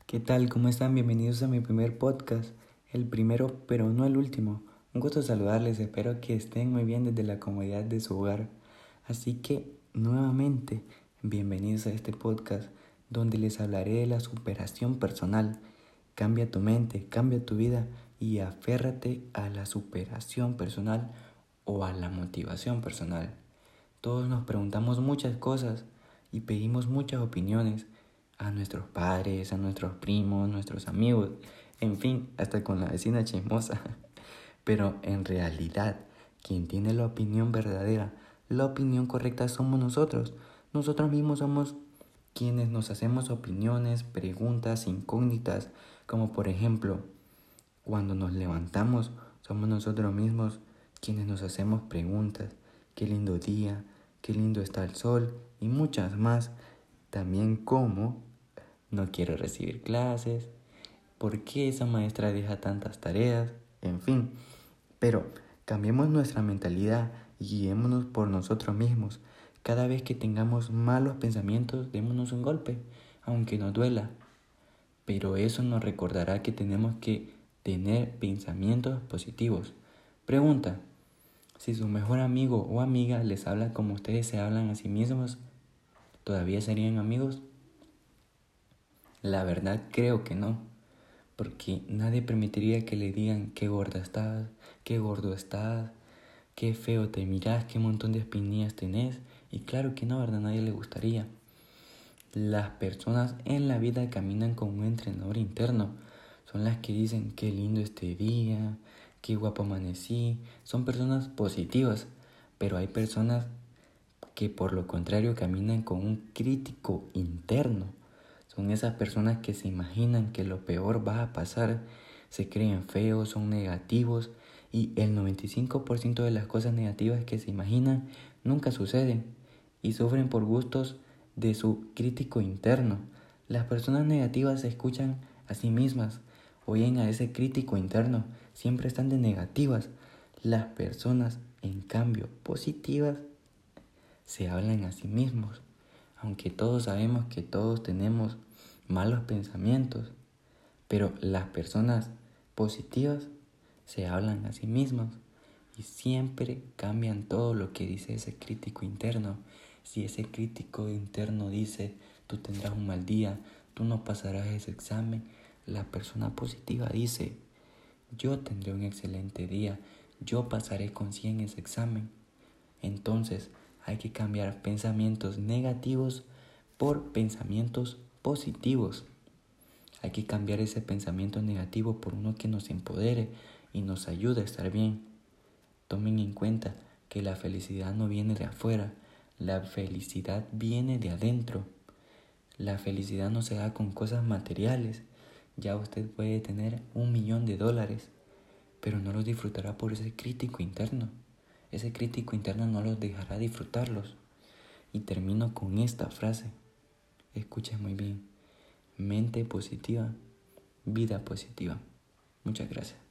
¿Qué tal? ¿Cómo están? Bienvenidos a mi primer podcast, el primero pero no el último. Un gusto saludarles, espero que estén muy bien desde la comodidad de su hogar. Así que, nuevamente, bienvenidos a este podcast donde les hablaré de la superación personal. Cambia tu mente, cambia tu vida y aférrate a la superación personal o a la motivación personal. Todos nos preguntamos muchas cosas y pedimos muchas opiniones a nuestros padres, a nuestros primos, nuestros amigos, en fin, hasta con la vecina chismosa. Pero en realidad, quien tiene la opinión verdadera, la opinión correcta somos nosotros. Nosotros mismos somos quienes nos hacemos opiniones, preguntas, incógnitas, como por ejemplo, cuando nos levantamos, somos nosotros mismos quienes nos hacemos preguntas. Qué lindo día, qué lindo está el sol y muchas más. También como no quiero recibir clases, por qué esa maestra deja tantas tareas, en fin. Pero cambiemos nuestra mentalidad y guiémonos por nosotros mismos. Cada vez que tengamos malos pensamientos, démonos un golpe, aunque nos duela. Pero eso nos recordará que tenemos que tener pensamientos positivos. Pregunta: si su mejor amigo o amiga les habla como ustedes se hablan a sí mismos, ¿todavía serían amigos? La verdad creo que no, porque nadie permitiría que le digan qué gorda estás, qué gordo estás, qué feo te miras, qué montón de espinillas tenés. Y claro que no, ¿verdad? Nadie le gustaría. Las personas en la vida caminan con un entrenador interno. Son las que dicen qué lindo este día, qué guapo amanecí. Son personas positivas, pero hay personas que por lo contrario caminan con un crítico interno. Son esas personas que se imaginan que lo peor va a pasar, se creen feos, son negativos y el 95% de las cosas negativas que se imaginan nunca suceden y sufren por gustos de su crítico interno. Las personas negativas se escuchan a sí mismas, oyen a ese crítico interno, siempre están de negativas. Las personas, en cambio, positivas, se hablan a sí mismos, aunque todos sabemos que todos tenemos malos pensamientos, pero las personas positivas se hablan a sí mismas y siempre cambian todo lo que dice ese crítico interno. Si ese crítico interno dice, tú tendrás un mal día, tú no pasarás ese examen, la persona positiva dice, yo tendré un excelente día, yo pasaré con 100 ese examen. Entonces hay que cambiar pensamientos negativos por pensamientos positivos. Hay que cambiar ese pensamiento negativo por uno que nos empodere y nos ayude a estar bien. Tomen en cuenta que la felicidad no viene de afuera, la felicidad viene de adentro. La felicidad no se da con cosas materiales. Ya usted puede tener $1.000.000, pero no los disfrutará por ese crítico interno. Ese crítico interno no los dejará disfrutarlos. Y termino con esta frase. Escuchen muy bien. Mente positiva, vida positiva. Muchas gracias.